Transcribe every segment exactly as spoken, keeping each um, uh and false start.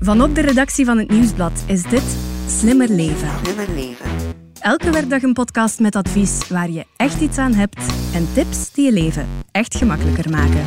Vanop de redactie van het Nieuwsblad is dit Slimmer Leven. Slimmer Leven. Elke werkdag een podcast met advies waar je echt iets aan hebt en tips die je leven echt gemakkelijker maken.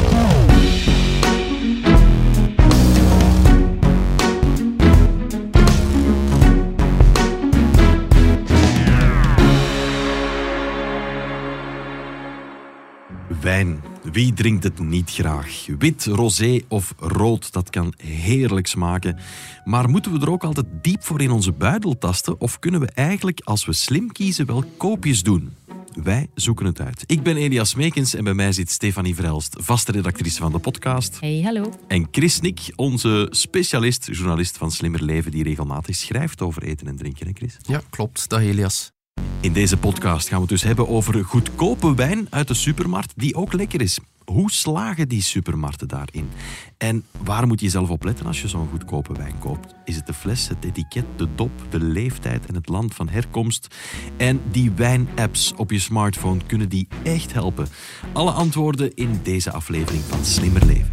Wijn. Wie drinkt het niet graag? Wit, rosé of rood, dat kan heerlijk smaken. Maar moeten we er ook altijd diep voor in onze buidel tasten? Of kunnen we eigenlijk, als we slim kiezen, wel koopjes doen? Wij zoeken het uit. Ik ben Elias Meekens en bij mij zit Stefanie Verhelst, vaste redactrice van de podcast. Hey, hallo. En Chris Nick, onze specialist, journalist van Slimmer Leven, die regelmatig schrijft over eten en drinken. Hè Chris? Ja, klopt. Dag Elias. In deze podcast gaan we het dus hebben over goedkope wijn uit de supermarkt die ook lekker is. Hoe slagen die supermarkten daarin? En waar moet je zelf op letten als je zo'n goedkope wijn koopt? Is het de fles, het etiket, de dop, de leeftijd en het land van herkomst? En die wijnapps op je smartphone, kunnen die echt helpen? Alle antwoorden in deze aflevering van Slimmer Leven.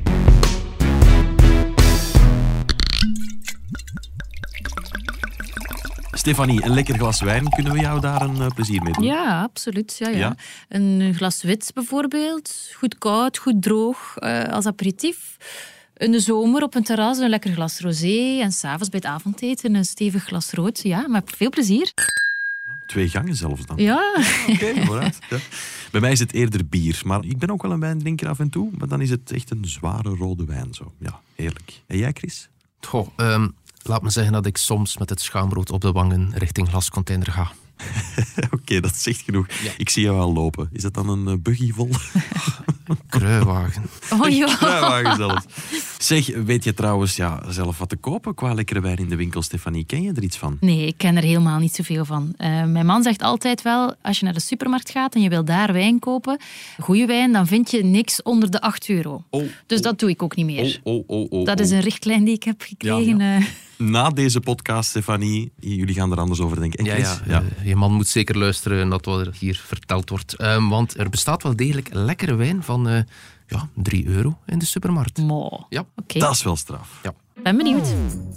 Stefanie, een lekker glas wijn, kunnen we jou daar een uh, plezier mee doen? Ja, absoluut. Ja, ja. Ja? Een glas wit bijvoorbeeld. Goed koud, goed droog, uh, als aperitief. In de zomer op een terras een lekker glas rosé. En s'avonds bij het avondeten een stevig glas rood. Ja, met veel plezier. Twee gangen zelfs dan? Ja. Oké, okay, vooruit. Ja. Bij mij is het eerder bier, maar ik ben ook wel een wijndrinker af en toe. Maar dan is het echt een zware rode wijn. Zo. Ja, heerlijk. En jij, Chris? Goh, um, laat me zeggen dat ik soms met het schaamrood op de wangen richting glascontainer ga. Oké, okay, dat zegt genoeg. Ja. Ik zie jou al lopen. Is dat dan een uh, buggy vol? Kruiwagen. Oh ja. Kruiwagen zelfs. Zeg, weet je trouwens ja, zelf wat te kopen qua lekkere wijn in de winkel, Stefanie? Ken je er iets van? Nee, ik ken er helemaal niet zoveel van. Uh, mijn man zegt altijd wel, als je naar de supermarkt gaat en je wil daar wijn kopen, goede wijn, dan vind je niks onder de acht euro. Oh, dus oh. dat doe ik ook niet meer. Oh, oh, oh, oh, dat is een richtlijn die ik heb gekregen. Ja, ja. Uh. Na deze podcast, Stefanie, jullie gaan er anders over denken. En Chris? Ja, ja, ja. Je man moet zeker luisteren naar wat er hier verteld wordt. Um, want er bestaat wel degelijk lekkere wijn van uh, ja, drie euro in de supermarkt. Mo. Ja. Okay. Dat is wel straf. Ja. Ben benieuwd.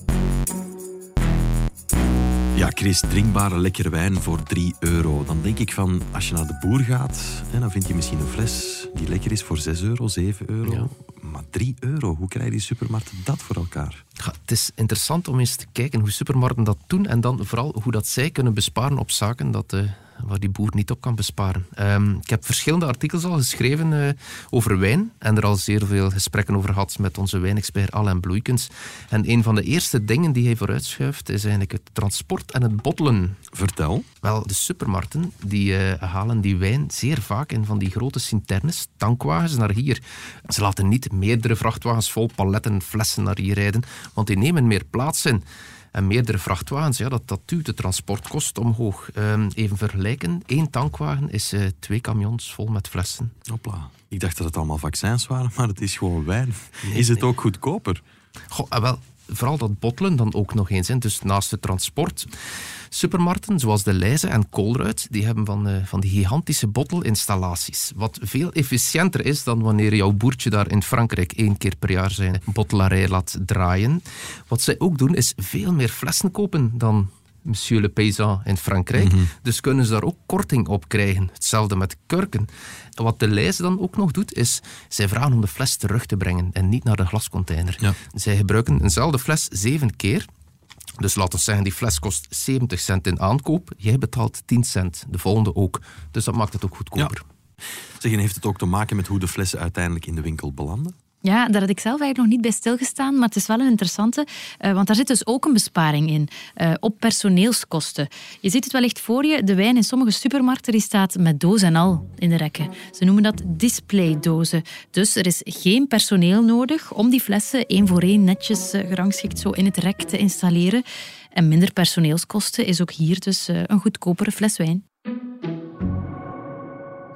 Ja, Chris, drinkbare lekkere wijn voor drie euro. Dan denk ik van, als je naar de boer gaat, hè, dan vind je misschien een fles die lekker is voor zes euro, zeven euro. Ja. Maar drie euro, hoe krijgen die supermarkten dat voor elkaar? Ja, het is interessant om eens te kijken hoe supermarkten dat doen en dan vooral hoe dat zij kunnen besparen op zaken dat, uh, waar die boer niet op kan besparen. Um, ik heb verschillende artikels al geschreven uh, over wijn en er al zeer veel gesprekken over gehad met onze wijnexpert Alain Bloeikens. En een van de eerste dingen die hij vooruitschuift is eigenlijk het transport en het bottelen. Vertel. Wel, de supermarkten die uh, halen die wijn zeer vaak in van die grote citernes, tankwagens naar hier. Ze laten niet meerdere vrachtwagens vol paletten en flessen naar hier rijden, want die nemen meer plaats in. En meerdere vrachtwagens, ja, dat, dat duwt de transportkost omhoog. Um, even vergelijken, één tankwagen is uh, twee camions vol met flessen. Hopla. Ik dacht dat het allemaal vaccins waren, maar het is gewoon wijn. Nee, is het nee. ook goedkoper? Goh, ah, wel, vooral dat bottelen dan ook nog eens. Hè. Dus naast het transport. Supermarkten zoals de Leize en Colruyt, die hebben van, uh, van die gigantische bottelinstallaties. Wat veel efficiënter is dan wanneer jouw boertje daar in Frankrijk één keer per jaar zijn bottelarij laat draaien. Wat zij ook doen, is veel meer flessen kopen dan Monsieur le Paysan in Frankrijk. Mm-hmm. Dus kunnen ze daar ook korting op krijgen. Hetzelfde met kurken. En wat de Leize dan ook nog doet, is zij vragen om de fles terug te brengen en niet naar de glascontainer. Ja. Zij gebruiken eenzelfde fles zeven keer. Dus laten we zeggen, die fles kost zeventig cent in aankoop. Jij betaalt tien cent. De volgende ook. Dus dat maakt het ook goedkoper. Ja. Zeg, en heeft het ook te maken met hoe de flessen uiteindelijk in de winkel belanden? Ja, daar had ik zelf eigenlijk nog niet bij stilgestaan, maar het is wel een interessante, uh, want daar zit dus ook een besparing in, uh, op personeelskosten. Je ziet het wellicht voor je, de wijn in sommige supermarkten die staat met doos en al in de rekken. Ze noemen dat displaydozen. Dus er is geen personeel nodig om die flessen één voor één netjes uh, gerangschikt zo in het rek te installeren. En minder personeelskosten is ook hier dus uh, een goedkopere fles wijn.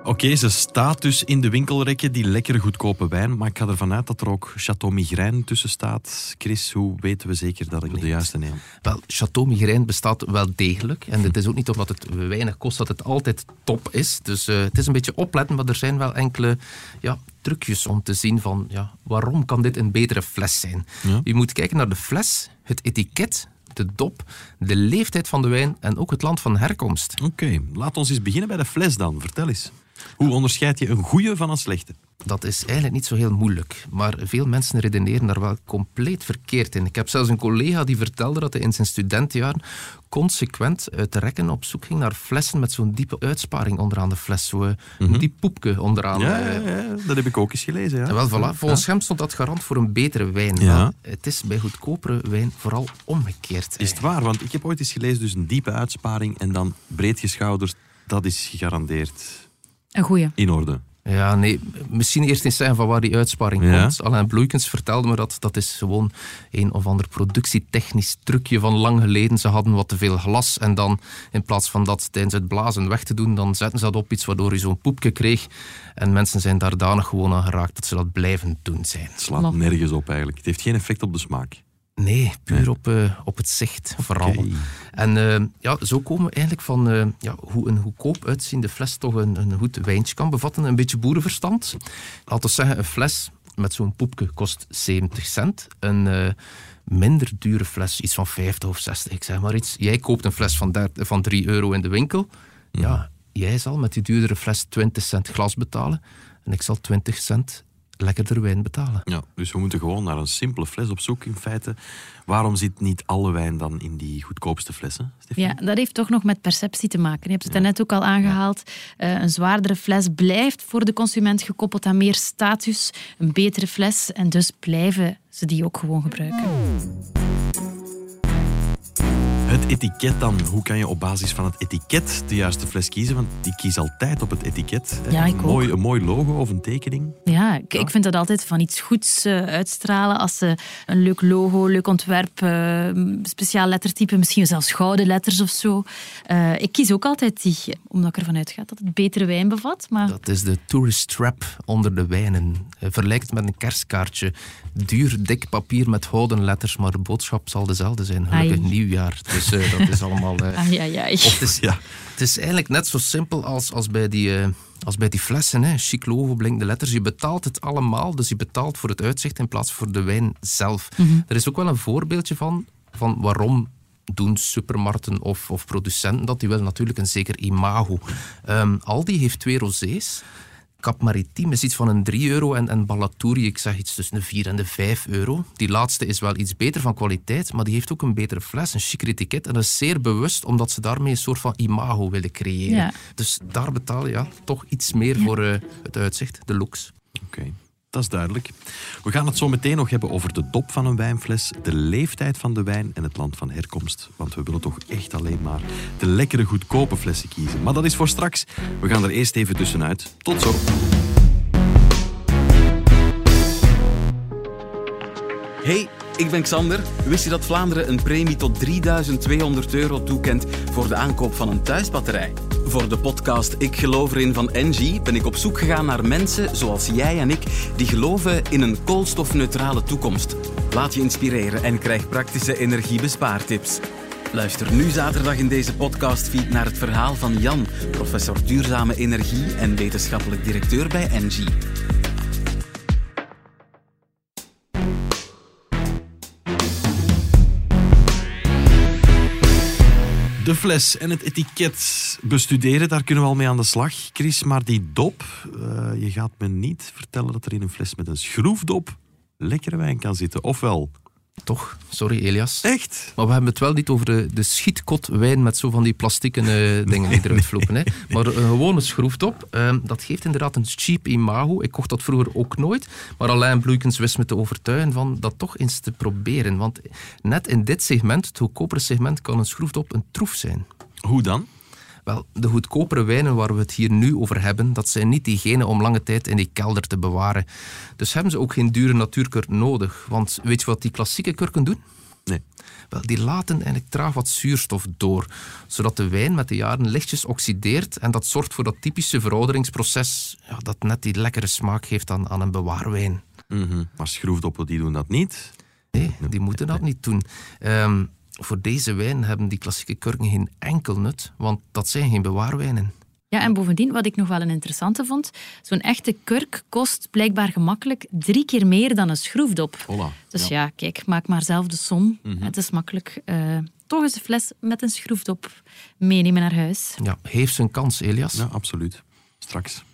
Oké, okay, ze staat dus in de winkelrekken, die lekkere goedkope wijn. Maar ik ga ervan uit dat er ook Château Migraine tussen staat. Chris, hoe weten we zeker dat ik nee. de juiste neem? Wel, Château Migraine bestaat wel degelijk. En het is ook niet omdat het weinig kost dat het altijd top is. Dus uh, het is een beetje opletten, maar er zijn wel enkele ja, trucjes om te zien van ja, waarom kan dit een betere fles zijn. Ja. Je moet kijken naar de fles, het etiket, de dop, de leeftijd van de wijn en ook het land van herkomst. Oké, okay, laat ons eens beginnen bij de fles dan. Vertel eens. Hoe onderscheid je een goede van een slechte? Dat is eigenlijk niet zo heel moeilijk. Maar veel mensen redeneren daar wel compleet verkeerd in. Ik heb zelfs een collega die vertelde dat hij in zijn studentenjaren consequent uit de rekken op zoek ging naar flessen met zo'n diepe uitsparing onderaan de fles. Zo'n mm-hmm. diep poepje onderaan. Ja, ja, ja, dat heb ik ook eens gelezen. Ja. En wel, voilà. Volgens ja. hem stond dat garant voor een betere wijn. Ja. Maar het is bij goedkopere wijn vooral omgekeerd. Is het waar? Want ik heb ooit eens gelezen, dus een diepe uitsparing en dan breed geschouderd, dat is gegarandeerd... Een goeie. In orde. Ja, nee, misschien eerst eens zeggen van waar die uitsparing ja. komt. Alain Bloeikens vertelde me dat. Dat is gewoon een of ander productietechnisch trucje van lang geleden. Ze hadden wat te veel glas en dan in plaats van dat tijdens het blazen weg te doen, dan zetten ze dat op iets waardoor je zo'n poepje kreeg. En mensen zijn daar danig gewoon aan geraakt dat ze dat blijven doen zijn. Het slaat Lop. nergens op eigenlijk. Het heeft geen effect op de smaak. Nee, puur nee. Op, uh, op het zicht vooral. Okay. En uh, ja, zo komen we eigenlijk van uh, ja, hoe een goedkoop uitziende fles toch een, een goed wijntje kan bevatten. Een beetje boerenverstand. Laten we zeggen, een fles met zo'n poepje kost zeventig cent. Een uh, minder dure fles, iets van vijftig of zestig, ik zeg maar iets. Jij koopt een fles van, dertig, van drie euro in de winkel. Ja, ja, jij zal met die duurdere fles twintig cent glas betalen. En ik zal twintig cent lekkerder wijn betalen. Ja, dus we moeten gewoon naar een simpele fles op zoek in feite. Waarom zit niet alle wijn dan in die goedkoopste flessen, Stefanie? Ja, dat heeft toch nog met perceptie te maken. Je hebt het ja. daarnet ook al aangehaald. Uh, een zwaardere fles blijft voor de consument gekoppeld aan meer status. Een betere fles en dus blijven ze die ook gewoon gebruiken. Het etiket dan. Hoe kan je op basis van het etiket de juiste fles kiezen? Want die kies altijd op het etiket. Ja, ik een, ook. mooi, een mooi logo of een tekening. Ja, ik, ja. ik vind dat altijd van iets goeds uh, uitstralen. Als ze een leuk logo, leuk ontwerp, uh, speciaal lettertype, misschien zelfs gouden letters of zo. Uh, ik kies ook altijd die, omdat ik ervan uitga dat het betere wijn bevat. Maar... Dat is de tourist trap onder de wijnen. Vergelijk het met een kerstkaartje. Duur, dik papier met gouden letters, maar de boodschap zal dezelfde zijn. Gelukkig ai. nieuwjaar. Dus uh, dat is allemaal... Uh, ai, ai, ai. Het, is, ja. het is eigenlijk net zo simpel als, als, bij, die, uh, als bij die flessen. Hè. Chic logo, blinkende letters. Je betaalt het allemaal, dus je betaalt voor het uitzicht in plaats voor de wijn zelf. Mm-hmm. Er is ook wel een voorbeeldje van, van waarom doen supermarkten of, of producenten dat. Die willen natuurlijk een zeker imago. Um, Aldi heeft twee rosés. Cap Maritime is iets van een drie euro en, en Ballatouri, ik zeg iets tussen de vier en de vijf euro. Die laatste is wel iets beter van kwaliteit, maar die heeft ook een betere fles, een chiquer etiket. En dat is zeer bewust, omdat ze daarmee een soort van imago willen creëren. Ja. Dus daar betaal je ja, toch iets meer ja. voor uh, het uitzicht, de looks. Oké. Okay. Dat is duidelijk. We gaan het zo meteen nog hebben over de dop van een wijnfles, de leeftijd van de wijn en het land van herkomst. Want we willen toch echt alleen maar de lekkere, goedkope flessen kiezen. Maar dat is voor straks. We gaan er eerst even tussenuit. Tot zo. Hey, ik ben Xander. Wist je dat Vlaanderen een premie tot drieduizend tweehonderd euro toekent voor de aankoop van een thuisbatterij? Voor de podcast Ik geloof erin van Engie ben ik op zoek gegaan naar mensen zoals jij en ik die geloven in een koolstofneutrale toekomst. Laat je inspireren en krijg praktische energiebespaartips. Luister nu zaterdag in deze podcastfeed naar het verhaal van Jan, professor duurzame energie en wetenschappelijk directeur bij Engie. De fles en het etiket bestuderen, daar kunnen we al mee aan de slag, Chris. Maar die dop, uh, je gaat me niet vertellen dat er in een fles met een schroefdop lekkere wijn kan zitten, ofwel? Toch? Sorry, Elias. Echt? Maar we hebben het wel niet over de, de schietkot wijn met zo van die plastieken uh, dingen die eruit vloepen. Hè. Maar een gewone schroefdop, uh, dat geeft inderdaad een cheap imago. Ik kocht dat vroeger ook nooit. Maar Alain Bloeikens wist me te overtuigen van dat toch eens te proberen. Want net in dit segment, het goedkopere segment, kan een schroefdop een troef zijn. Hoe dan? Wel, de goedkopere wijnen waar we het hier nu over hebben, dat zijn niet diegene om lange tijd in die kelder te bewaren. Dus hebben ze ook geen dure natuurkurk nodig. Want weet je wat die klassieke kurken doen? Nee. Wel, die laten eigenlijk traag wat zuurstof door, zodat de wijn met de jaren lichtjes oxideert en dat zorgt voor dat typische verouderingsproces ja, dat net die lekkere smaak geeft aan, aan een bewaarwijn. Mm-hmm. Maar schroefdoppen die doen dat niet. Nee, die moeten dat niet doen. Um, voor deze wijn hebben die klassieke kurken geen enkel nut, want dat zijn geen bewaarwijnen. Ja, en bovendien, wat ik nog wel een interessante vond, zo'n echte kurk kost blijkbaar gemakkelijk drie keer meer dan een schroefdop. Hola. Dus ja. ja, kijk, maak maar zelf de som. Mm-hmm. Het is makkelijk. Uh, toch eens een fles met een schroefdop meenemen naar huis. Ja, heeft zijn kans, Elias. Ja, absoluut. Straks.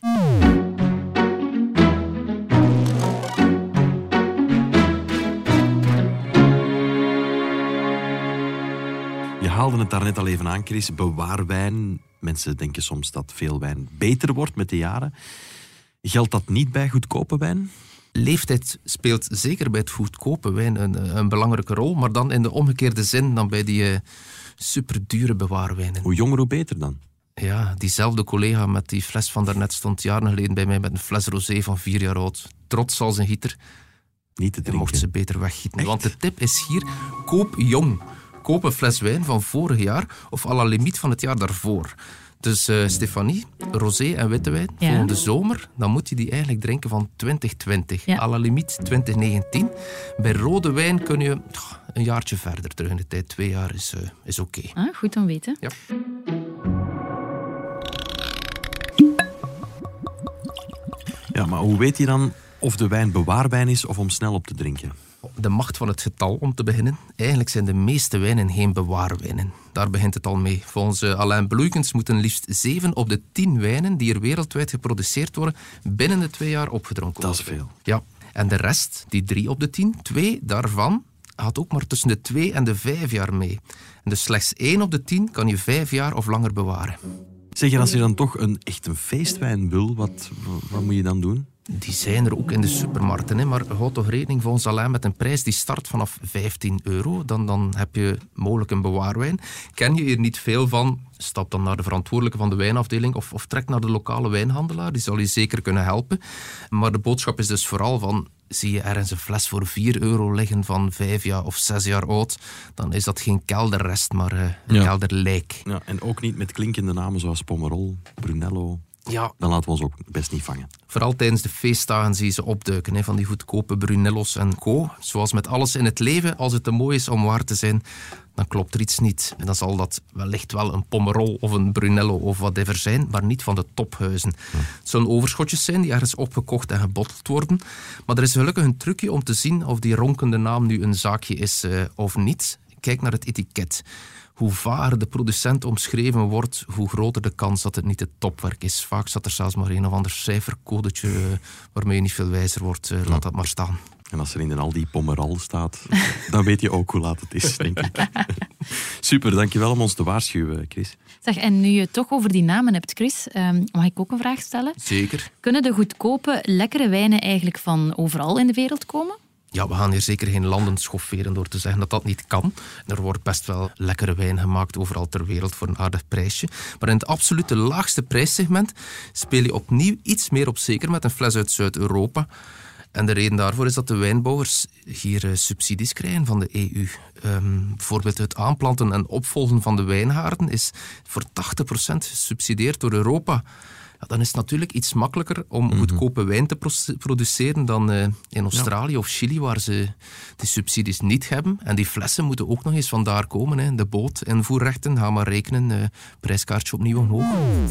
Je haalde het daarnet al even aan, Chris. Bewaarwijn. Mensen denken soms dat veel wijn beter wordt met de jaren. Geldt dat niet bij goedkope wijn? Leeftijd speelt zeker bij het goedkope wijn een, een belangrijke rol, maar dan in de omgekeerde zin dan bij die uh, superdure bewaarwijnen. Hoe jonger, hoe beter dan? Ja, diezelfde collega met die fles van daarnet stond jaren geleden bij mij met een fles rosé van vier jaar oud. Trots als een gieter. Niet te drinken. Mocht ze beter weggieten. Echt? Want de tip is hier, koop jong. Koop een fles wijn van vorig jaar of à la limiet van het jaar daarvoor. Dus uh, Stefanie, rosé en witte wijn, ja. volgende zomer, dan moet je die eigenlijk drinken van twintig twintig. Ja. À la limiet twintig negentien. Bij rode wijn kun je oh, een jaartje verder terug in de tijd. Twee jaar is, uh, is oké. Okay. Ah, goed om weten. Ja. Ja, maar hoe weet je dan of de wijn bewaarwijn is of om snel op te drinken? De macht van het getal, om te beginnen. Eigenlijk zijn de meeste wijnen geen bewaarwijnen. Daar begint het al mee. Volgens Alain Bloeikens moeten liefst zeven op de tien wijnen die er wereldwijd geproduceerd worden binnen de twee jaar opgedronken worden. Dat is veel. Ja. En de rest, die drie op de tien, twee daarvan, gaat ook maar tussen de twee en de vijf jaar mee. En dus slechts één op de tien kan je vijf jaar of langer bewaren. Zeg je, als je dan toch een, echt een feestwijn wil, wat, wat moet je dan doen? Die zijn er ook in de supermarkten, hè. Maar houd toch rekening volgens Alain met een prijs die start vanaf vijftien euro. Dan, dan heb je mogelijk een bewaarwijn. Ken je hier niet veel van, stap dan naar de verantwoordelijke van de wijnafdeling of, of trek naar de lokale wijnhandelaar. Die zal je zeker kunnen helpen. Maar de boodschap is dus vooral van, zie je ergens een fles voor vier euro liggen van vijf jaar of zes jaar oud, dan is dat geen kelderrest, maar uh, een ja. kelderlijk. Ja, en ook niet met klinkende namen zoals Pomerol, Brunello. Ja. Dan laten we ons ook best niet vangen. Vooral tijdens de feestdagen zie je ze opduiken, hè, van die goedkope Brunello's en co. Zoals met alles in het leven, als het te mooi is om waar te zijn, dan klopt er iets niet. En dan zal dat wellicht wel een Pomerol of een Brunello of whatever zijn, maar niet van de tophuizen. Ja. Het zullen overschotjes zijn die ergens opgekocht en gebotteld worden. Maar er is gelukkig een trucje om te zien of die ronkende naam nu een zaakje is uh, of niet. Kijk naar het etiket. Hoe vager de producent omschreven wordt, hoe groter de kans dat het niet het topwerk is. Vaak staat er zelfs maar een of ander cijfercodetje uh, waarmee je niet veel wijzer wordt. Uh, laat ja. dat maar staan. En als er in de Aldi Pomerol staat, dan weet je ook hoe laat het is, denk ik. Super, dankjewel om ons te waarschuwen, Chris. Zeg, en nu je het toch over die namen hebt, Chris, um, mag ik ook een vraag stellen? Zeker. Kunnen de goedkope, lekkere wijnen eigenlijk van overal in de wereld komen? Ja, we gaan hier zeker geen landen schofferen door te zeggen dat dat niet kan. Er wordt best wel lekkere wijn gemaakt overal ter wereld voor een aardig prijsje. Maar in het absolute laagste prijssegment speel je opnieuw iets meer op zeker met een fles uit Zuid-Europa. En de reden daarvoor is dat de wijnbouwers hier uh, subsidies krijgen van de E U. Um, bijvoorbeeld het aanplanten en opvolgen van de wijngaarden is voor tachtig procent gesubsidieerd door Europa. Ja, dan is het natuurlijk iets makkelijker om mm-hmm. goedkope wijn te pro- produceren dan uh, in Australië ja. of Chili, waar ze die subsidies niet hebben. En die flessen moeten ook nog eens vandaar komen. Hè. De boot, invoerrechten, ga maar rekenen. Uh, prijskaartje opnieuw omhoog.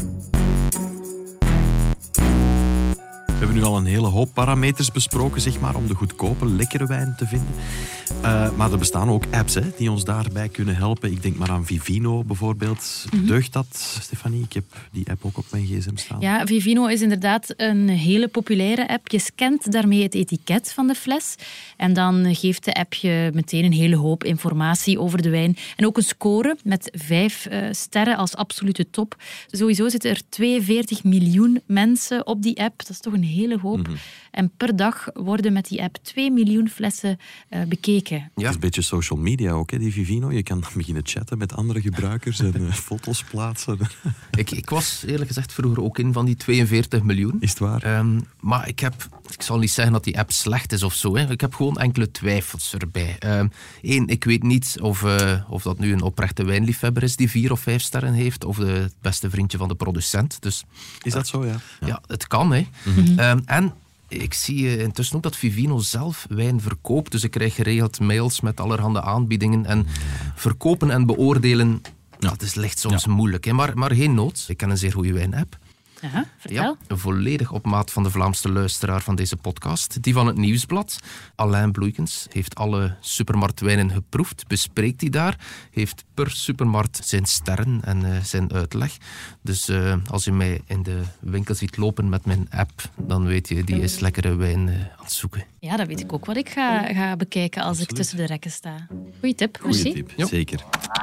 We hebben nu al een hele hoop parameters besproken, zeg maar, om de goedkope, lekkere wijn te vinden. Uh, maar er bestaan ook apps hè, die ons daarbij kunnen helpen. Ik denk maar aan Vivino bijvoorbeeld. Mm-hmm. Deugt dat, Stefanie? Ik heb die app ook op mijn gsm staan. Ja, Vivino is inderdaad een hele populaire app. Je scant daarmee het etiket van de fles. En dan geeft de app je meteen een hele hoop informatie over de wijn. En ook een score met vijf uh, sterren als absolute top. Sowieso zitten er tweeënveertig miljoen mensen op die app. Dat is toch een hele hoop. Mm-hmm. En per dag worden met die app twee miljoen flessen uh, bekeken. bekeken. Het is een beetje social media ook, hè, die Vivino. Je kan beginnen chatten met andere gebruikers en uh, foto's plaatsen. Ik, ik was eerlijk gezegd vroeger ook in van die tweeënveertig miljoen. Is het waar? Um, maar ik heb, ik zal niet zeggen dat die app slecht is of zo. Hè. Ik heb gewoon enkele twijfels erbij. Eén, um, ik weet niet of, uh, of dat nu een oprechte wijnliefhebber is die vier of vijf sterren heeft, of de, het beste vriendje van de producent. Dus, is dat zo, ja? Ja, ja het kan, hè. Mm-hmm. Um, en ik zie intussen ook dat Vivino zelf wijn verkoopt. Dus ik krijg geregeld mails met allerhande aanbiedingen. En verkopen en beoordelen, ja, dat is licht soms ja. moeilijk. Hè. Maar, maar geen nood. Ik ken een zeer goede wijn-app. Aha, vertel. Ja, volledig op maat van de Vlaamse luisteraar van deze podcast. Die van het Nieuwsblad. Alain Bloeikens heeft alle supermarktwijnen geproefd. Bespreekt die daar. Heeft per supermarkt zijn sterren en uh, zijn uitleg. Dus uh, als je mij in de winkel ziet lopen met mijn app, dan weet je, die is lekkere wijn uh, aan het zoeken. Ja, dat weet ik ook wat ik ga, ga bekijken als Absoluut. ik tussen de rekken sta. Goeie tip, Goeie merci. tip, ja. Zeker.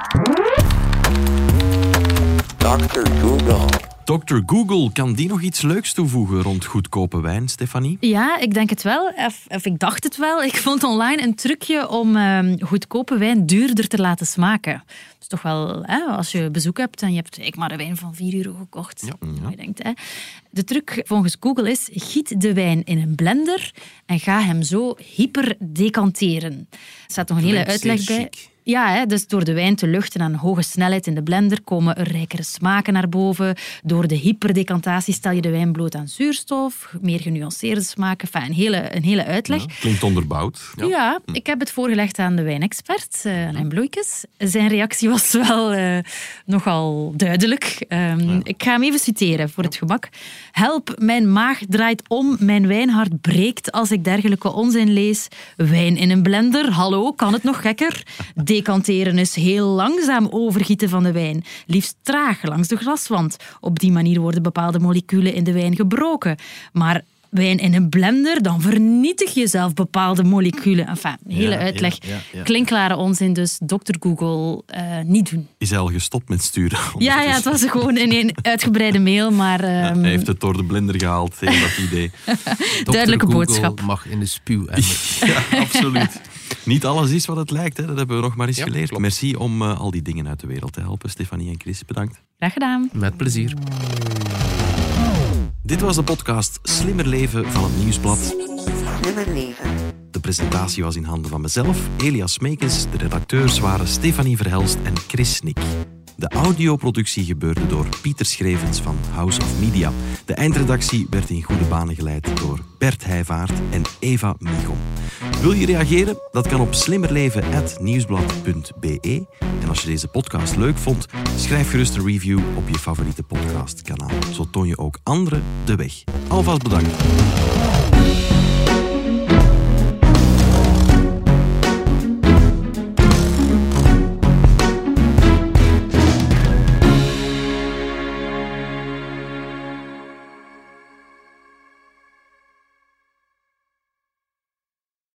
dokter Google. dokter Google, kan die nog iets leuks toevoegen rond goedkope wijn, Stefanie? Ja, ik denk het wel. Of, of ik dacht het wel. Ik vond online een trucje om um, goedkope wijn duurder te laten smaken. Dat is toch wel, hè, als je bezoek hebt en je hebt ik maar een wijn van vier euro gekocht. Ja. Ja. Je denkt, hè. De truc volgens Google is, giet de wijn in een blender en ga hem zo hyper decanteren. Er staat nog een hele uitleg bij. Chic. Ja, hè, dus door de wijn te luchten aan hoge snelheid in de blender komen er rijkere smaken naar boven. Door de hyperdecantatie stel je de wijn bloot aan zuurstof, meer genuanceerde smaken. Enfin, een, hele, een hele uitleg. Ja, klinkt onderbouwd. Ja. ja, ik heb het voorgelegd aan de wijnexpert, uh, Alain Bloeikens. Zijn reactie was wel uh, nogal duidelijk. Um, ja. Ik ga hem even citeren voor het gemak. Help, mijn maag draait om, mijn wijnhart breekt als ik dergelijke onzin lees. Wijn in een blender, hallo, kan het nog gekker? Decanteren is heel langzaam overgieten van de wijn. Liefst traag langs de glaswand. Op die manier worden bepaalde moleculen in de wijn gebroken. Maar wijn in een blender, dan vernietig je zelf bepaalde moleculen. Enfin, een hele ja, uitleg. Ja, ja, ja. Klinkklare onzin, dus dokter Google uh, niet doen. Is hij al gestopt met sturen? Ja, ja, het was gewoon in een uitgebreide mail, maar... Um... Ja, hij heeft het door de blender gehaald, heel dat idee. Duidelijke Google boodschap. Mag in de spuw-emmer. Ja, absoluut. Niet alles is wat het lijkt, hè. Dat hebben we nog maar eens ja, geleerd. Klopt. Merci om uh, al die dingen uit de wereld te helpen. Stefanie en Chris, bedankt. Graag gedaan. Met plezier. Dit was de podcast Slimmer Leven van het Nieuwsblad. Slimmer Leven. De presentatie was in handen van mezelf, Elias Smekens. De redacteurs waren Stefanie Verhelst en Chris Snik. De audioproductie gebeurde door Pieter Schrevens van House of Media. De eindredactie werd in goede banen geleid door Bert Heijvaart en Eva Michom. Wil je reageren? Dat kan op slimmerleven apenstaartje nieuwsblad punt be. En als je deze podcast leuk vond, schrijf gerust een review op je favoriete podcastkanaal. Zo toon je ook anderen de weg. Alvast bedankt.